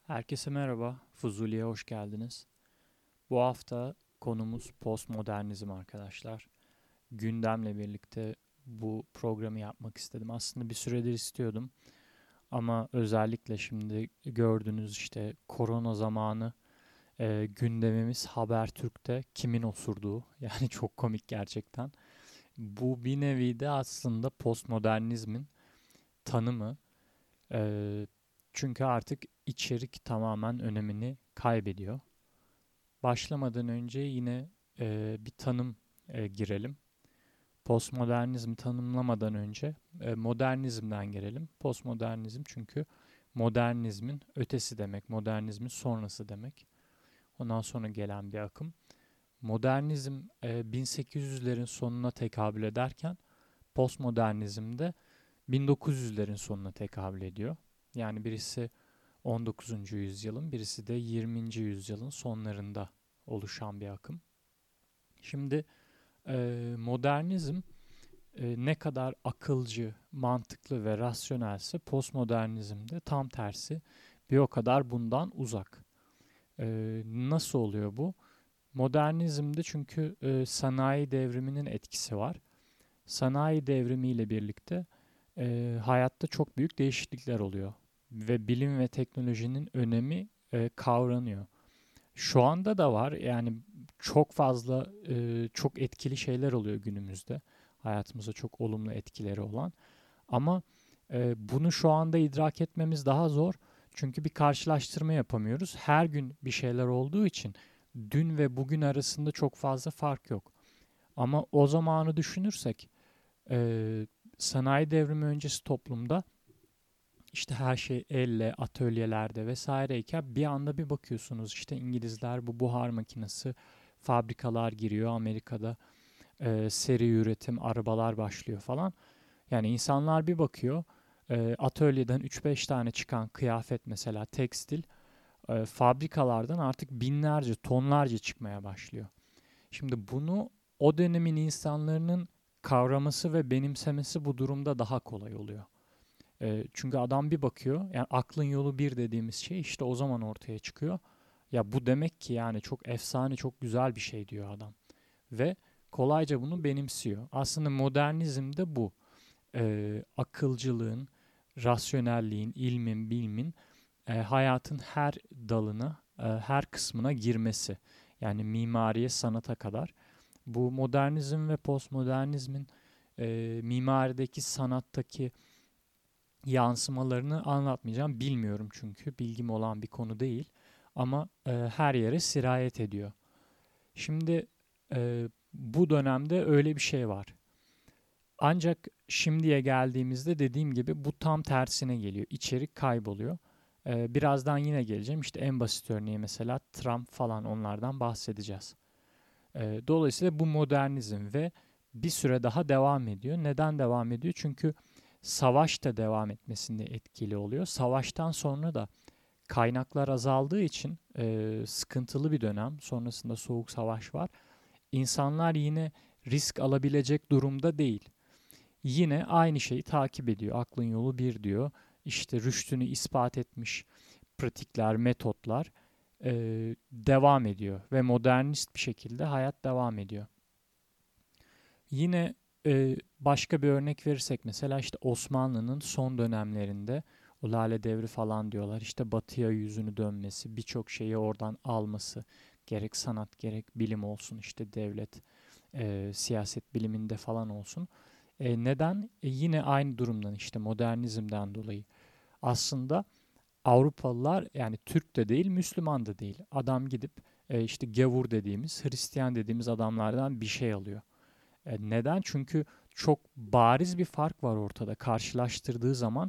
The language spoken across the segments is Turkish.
Herkese merhaba, Fuzuli'ye hoş geldiniz. Bu hafta konumuz postmodernizm arkadaşlar. Gündemle birlikte bu programı yapmak istedim. Aslında bir süredir istiyordum ama özellikle şimdi gördüğünüz işte korona zamanı gündemimiz Habertürk'te kimin osurduğu. Yani çok komik gerçekten. Bu bir nevi de aslında postmodernizmin tanımı. E, Çünkü artık içerik tamamen önemini kaybediyor. Başlamadan önce yine bir tanım girelim. Postmodernizmi tanımlamadan önce modernizmden girelim. Postmodernizm çünkü modernizmin ötesi demek, modernizmin sonrası demek. Ondan sonra gelen bir akım. Modernizm 1800'lerin sonuna tekabül ederken postmodernizm de 1900'lerin sonuna tekabül ediyor. Yani birisi 19. yüzyılın, birisi de 20. yüzyılın sonlarında oluşan bir akım. Şimdi modernizm ne kadar akılcı, mantıklı ve rasyonelse postmodernizm de tam tersi bir o kadar bundan uzak. Nasıl oluyor bu? Modernizmde çünkü sanayi devriminin etkisi var. Sanayi devrimiyle birlikte hayatta çok büyük değişiklikler oluyor ve bilim ve teknolojinin önemi kavranıyor. Şu anda da var. Yani çok fazla çok etkili şeyler oluyor günümüzde. Hayatımıza çok olumlu etkileri olan. Ama bunu şu anda idrak etmemiz daha zor. Çünkü bir karşılaştırma yapamıyoruz. Her gün bir şeyler olduğu için dün ve bugün arasında çok fazla fark yok. Ama o zamanı düşünürsek e, sanayi devrimi öncesi toplumda işte her şey elle, atölyelerde vesaireyken bir anda bir bakıyorsunuz işte İngilizler bu buhar makinesi, fabrikalar giriyor Amerika'da, seri üretim, arabalar başlıyor falan. Yani insanlar bir bakıyor atölyeden 3-5 tane çıkan kıyafet mesela tekstil fabrikalardan artık binlerce, tonlarca çıkmaya başlıyor. Şimdi bunu o dönemin insanların kavraması ve benimsemesi bu durumda daha kolay oluyor. Çünkü adam bir bakıyor, yani aklın yolu bir dediğimiz şey işte o zaman ortaya çıkıyor. Ya bu demek ki yani çok efsane, çok güzel bir şey diyor adam. Ve kolayca bunu benimsiyor. Aslında modernizm de bu. Akılcılığın, rasyonelliğin, ilmin, bilimin hayatın her dalına, her kısmına girmesi. Yani mimariye, sanata kadar. Bu modernizm ve postmodernizmin mimarideki, sanattaki yansımalarını anlatmayacağım. Bilmiyorum çünkü bilgim olan bir konu değil. Ama her yere sirayet ediyor. Şimdi bu dönemde öyle bir şey var. Ancak şimdiye geldiğimizde dediğim gibi bu tam tersine geliyor. İçerik kayboluyor. Birazdan yine geleceğim. İşte en basit örneği mesela Trump falan onlardan bahsedeceğiz. Dolayısıyla bu modernizm ve bir süre daha devam ediyor. Neden devam ediyor? Çünkü savaş da devam etmesinde etkili oluyor. Savaştan sonra da kaynaklar azaldığı için sıkıntılı bir dönem. Sonrasında soğuk savaş var. İnsanlar yine risk alabilecek durumda değil. Yine aynı şeyi takip ediyor. Aklın yolu bir diyor. İşte rüştünü ispat etmiş pratikler, metotlar devam ediyor ve modernist bir şekilde hayat devam ediyor. Yine başka bir örnek verirsek mesela işte Osmanlı'nın son dönemlerinde o Lale Devri falan diyorlar. İşte batıya yüzünü dönmesi, birçok şeyi oradan alması, gerek sanat gerek bilim olsun işte devlet, siyaset biliminde falan olsun. Neden? Yine aynı durumdan işte modernizmden dolayı. Aslında Avrupalılar yani Türk de değil, Müslüman da değil. Adam gidip işte gavur dediğimiz, Hristiyan dediğimiz adamlardan bir şey alıyor. Neden? Çünkü çok bariz bir fark var ortada. Karşılaştırdığı zaman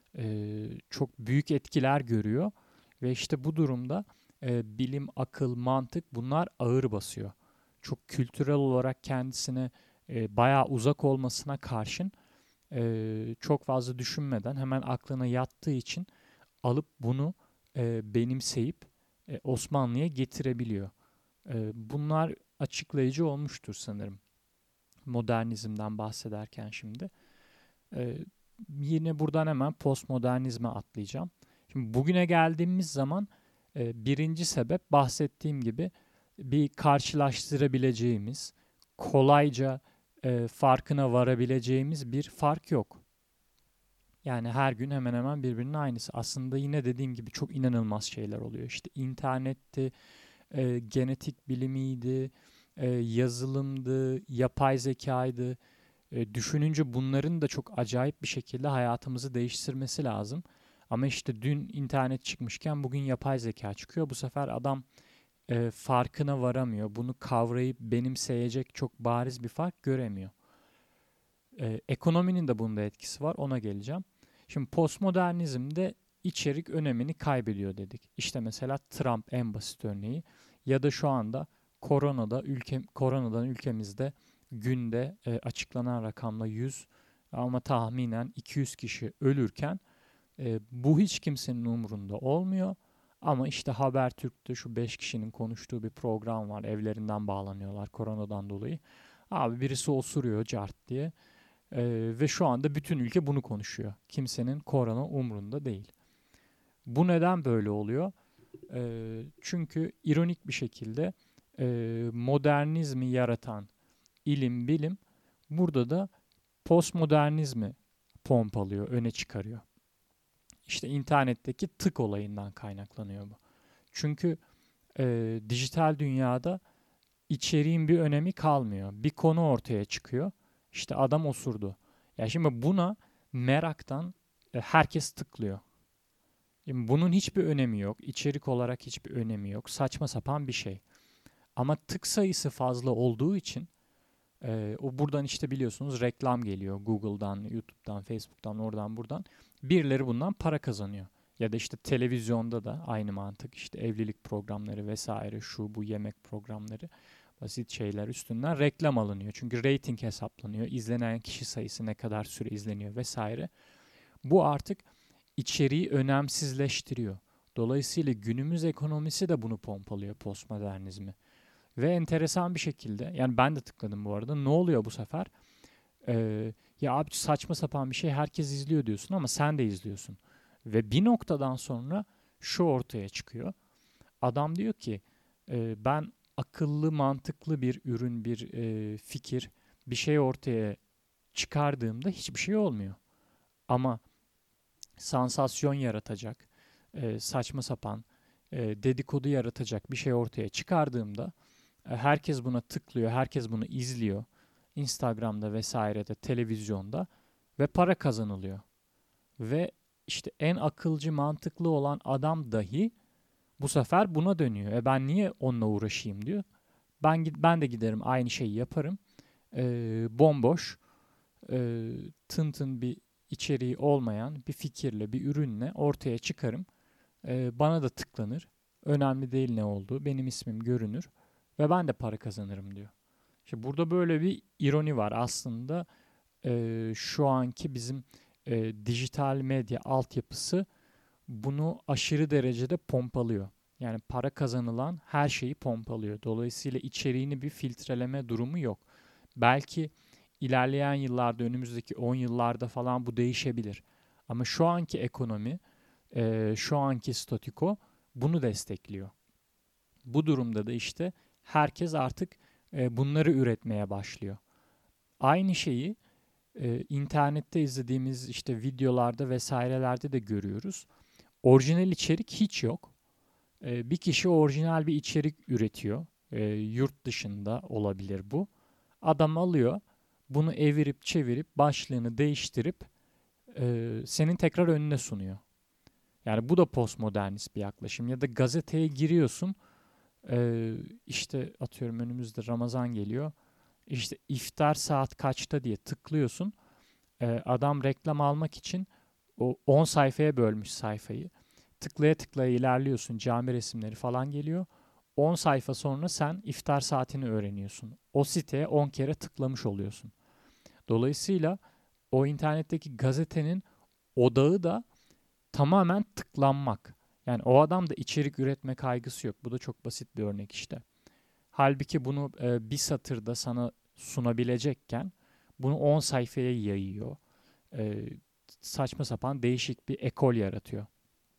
çok büyük etkiler görüyor ve işte bu durumda bilim, akıl, mantık bunlar ağır basıyor. Çok kültürel olarak kendisine bayağı uzak olmasına karşın çok fazla düşünmeden hemen aklına yattığı için alıp bunu benimseyip Osmanlı'ya getirebiliyor. Bunlar açıklayıcı olmuştur sanırım modernizmden bahsederken şimdi. Yine buradan hemen postmodernizme atlayacağım. Şimdi bugüne geldiğimiz zaman birinci sebep bahsettiğim gibi bir karşılaştırabileceğimiz, kolayca farkına varabileceğimiz bir fark yok. Yani her gün hemen hemen birbirinin aynısı. Aslında yine dediğim gibi çok inanılmaz şeyler oluyor. İşte internetti, genetik bilimiydi, yazılımdı, yapay zekaydı. Düşününce bunların da çok acayip bir şekilde hayatımızı değiştirmesi lazım. Ama işte dün internet çıkmışken bugün yapay zeka çıkıyor. Bu sefer adam farkına varamıyor. Bunu kavrayıp benimseyecek çok bariz bir fark göremiyor. Ekonominin de bunda etkisi var. Ona geleceğim. Şimdi postmodernizmde içerik önemini kaybediyor dedik. İşte mesela Trump en basit örneği ya da şu anda koronadan ülkemizde günde açıklanan rakamla 100 ama tahminen 200 kişi ölürken bu hiç kimsenin umurunda olmuyor. Ama işte Habertürk'te şu 5 kişinin konuştuğu bir program var. Evlerinden bağlanıyorlar koronadan dolayı. Abi birisi osuruyor cart diye. Ve şu anda bütün ülke bunu konuşuyor. Kimsenin korona umrunda değil. Bu neden böyle oluyor? Çünkü ironik bir şekilde modernizmi yaratan ilim, bilim burada da postmodernizmi pompalıyor, öne çıkarıyor. İşte internetteki tık olayından kaynaklanıyor bu. Çünkü dijital dünyada içeriğin bir önemi kalmıyor. Bir konu ortaya çıkıyor. İşte adam osurdu. Ya şimdi buna meraktan herkes tıklıyor. Şimdi bunun hiçbir önemi yok. İçerik olarak hiçbir önemi yok. Saçma sapan bir şey. Ama tık sayısı fazla olduğu için o buradan işte biliyorsunuz reklam geliyor. Google'dan, YouTube'dan, Facebook'tan, oradan buradan. Birileri bundan para kazanıyor. Ya da işte televizyonda da aynı mantık. İşte evlilik programları vesaire, şu bu yemek programları, basit şeyler üstünden reklam alınıyor. Çünkü rating hesaplanıyor. İzlenen kişi sayısı ne kadar süre izleniyor vesaire. Bu artık içeriği önemsizleştiriyor. Dolayısıyla günümüz ekonomisi de bunu pompalıyor, postmodernizmi. Ve enteresan bir şekilde, yani ben de tıkladım bu arada. Ne oluyor bu sefer? Ya abi saçma sapan bir şey herkes izliyor diyorsun ama sen de izliyorsun. Ve bir noktadan sonra şu ortaya çıkıyor. Adam diyor ki ben akıllı, mantıklı bir ürün, bir fikir, bir şey ortaya çıkardığımda hiçbir şey olmuyor. Ama sansasyon yaratacak, saçma sapan, dedikodu yaratacak bir şey ortaya çıkardığımda herkes buna tıklıyor, herkes bunu izliyor. Instagram'da vesairede, televizyonda ve para kazanılıyor. Ve işte en akılcı, mantıklı olan adam dahi bu sefer buna dönüyor. Ben niye onunla uğraşayım diyor. Ben de giderim aynı şeyi yaparım. Bomboş, tın bir içeriği olmayan bir fikirle, bir ürünle ortaya çıkarım. Bana da tıklanır. Önemli değil ne olduğu. Benim ismim görünür ve ben de para kazanırım diyor. İşte burada böyle bir ironi var aslında. Şu anki bizim dijital medya altyapısı bunu aşırı derecede pompalıyor. Yani para kazanılan her şeyi pompalıyor. Dolayısıyla içeriğini bir filtreleme durumu yok. Belki ilerleyen yıllarda, önümüzdeki 10 yıllarda falan bu değişebilir. Ama şu anki ekonomi, şu anki statüko bunu destekliyor. Bu durumda da işte herkes artık bunları üretmeye başlıyor. Aynı şeyi internette izlediğimiz işte videolarda vesairelerde de görüyoruz. Orijinal içerik hiç yok. Bir kişi orijinal bir içerik üretiyor. Yurt dışında olabilir bu. Adam alıyor, bunu evirip çevirip başlığını değiştirip senin tekrar önüne sunuyor. Yani bu da postmodernist bir yaklaşım. Ya da gazeteye giriyorsun, işte atıyorum önümüzde Ramazan geliyor. İşte iftar saat kaçta diye tıklıyorsun. Adam reklam almak için o 10 sayfaya bölmüş sayfayı. Tıklaya tıklaya ilerliyorsun. Cami resimleri falan geliyor. 10 sayfa sonra sen iftar saatini öğreniyorsun. O siteye 10 kere tıklamış oluyorsun. Dolayısıyla o internetteki gazetenin odağı da tamamen tıklanmak. Yani o adam da içerik üretme kaygısı yok. Bu da çok basit bir örnek işte. Halbuki bunu bir satırda sana sunabilecekken bunu 10 sayfaya yayıyor. E, Saçma sapan değişik bir ekol yaratıyor.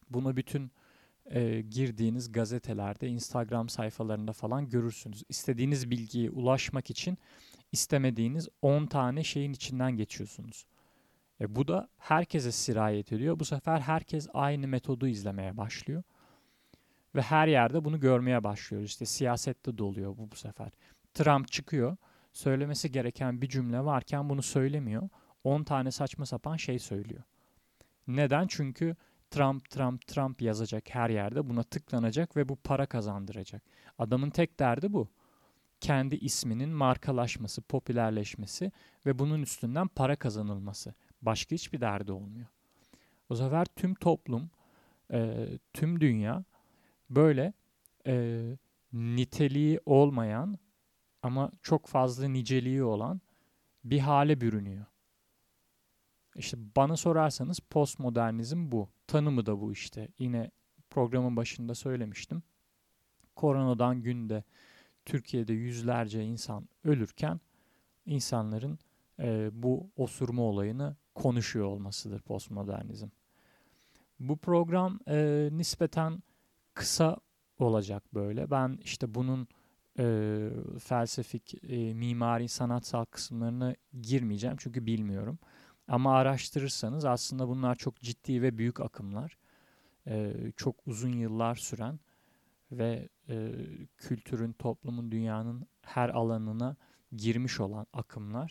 Bunu bütün girdiğiniz gazetelerde, Instagram sayfalarında falan görürsünüz. İstediğiniz bilgiye ulaşmak için istemediğiniz 10 tane şeyin içinden geçiyorsunuz. Bu da herkese sirayet ediyor. Bu sefer herkes aynı metodu izlemeye başlıyor. Ve her yerde bunu görmeye başlıyoruz. İşte siyasette de oluyor bu sefer. Trump çıkıyor. Söylemesi gereken bir cümle varken bunu söylemiyor. 10 tane saçma sapan şey söylüyor. Neden? Çünkü Trump, Trump, Trump yazacak her yerde. Buna tıklanacak ve bu para kazandıracak. Adamın tek derdi bu. Kendi isminin markalaşması, popülerleşmesi ve bunun üstünden para kazanılması. Başka hiçbir derdi olmuyor. O sefer tüm toplum, tüm dünya böyle e, niteliği olmayan ama çok fazla niceliği olan bir hale bürünüyor. İşte bana sorarsanız postmodernizm bu. Tanımı da bu işte. Yine programın başında söylemiştim. Koronadan günde Türkiye'de yüzlerce insan ölürken insanların bu osurma olayını konuşuyor olmasıdır postmodernizm. Bu program nispeten kısa olacak böyle. Ben işte bunun felsefik, mimari, sanatsal kısımlarına girmeyeceğim çünkü bilmiyorum. Ama araştırırsanız aslında bunlar çok ciddi ve büyük akımlar. Çok uzun yıllar süren ve kültürün, toplumun, dünyanın her alanına girmiş olan akımlar.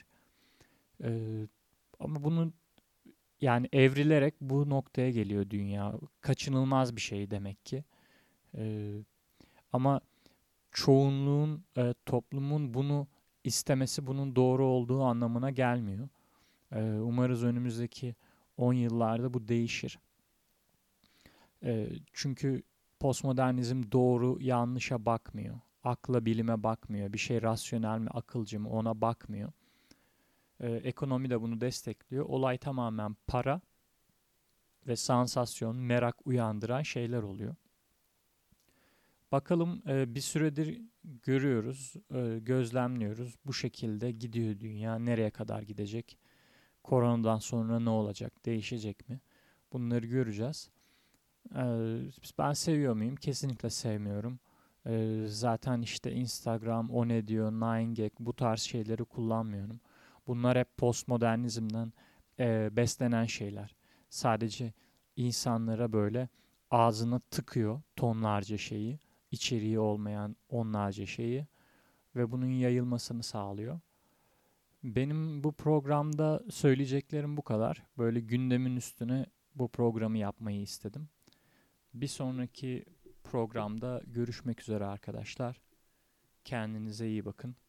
Ama bunun yani evrilerek bu noktaya geliyor dünya. Kaçınılmaz bir şey demek ki. Ama çoğunluğun, toplumun bunu istemesi bunun doğru olduğu anlamına gelmiyor. Umarız önümüzdeki 10 yıllarda bu değişir. Çünkü postmodernizm doğru yanlışa bakmıyor. Akla bilime bakmıyor. Bir şey rasyonel mi akılcı mı ona bakmıyor. Ekonomi de bunu destekliyor. Olay tamamen para ve sansasyon, merak uyandıran şeyler oluyor. Bakalım bir süredir görüyoruz, gözlemliyoruz. Bu şekilde gidiyor dünya. Nereye kadar gidecek? Koronadan sonra ne olacak? Değişecek mi? Bunları göreceğiz. Ben seviyor muyum? Kesinlikle sevmiyorum. Zaten işte Instagram, o ne diyor, 9gag bu tarz şeyleri kullanmıyorum. Bunlar hep postmodernizmden beslenen şeyler. Sadece insanlara böyle ağzına tıkıyor tonlarca şeyi, içeriği olmayan onlarca şeyi ve bunun yayılmasını sağlıyor. Benim bu programda söyleyeceklerim bu kadar. Böyle gündemin üstüne bu programı yapmayı istedim. Bir sonraki programda görüşmek üzere arkadaşlar. Kendinize iyi bakın.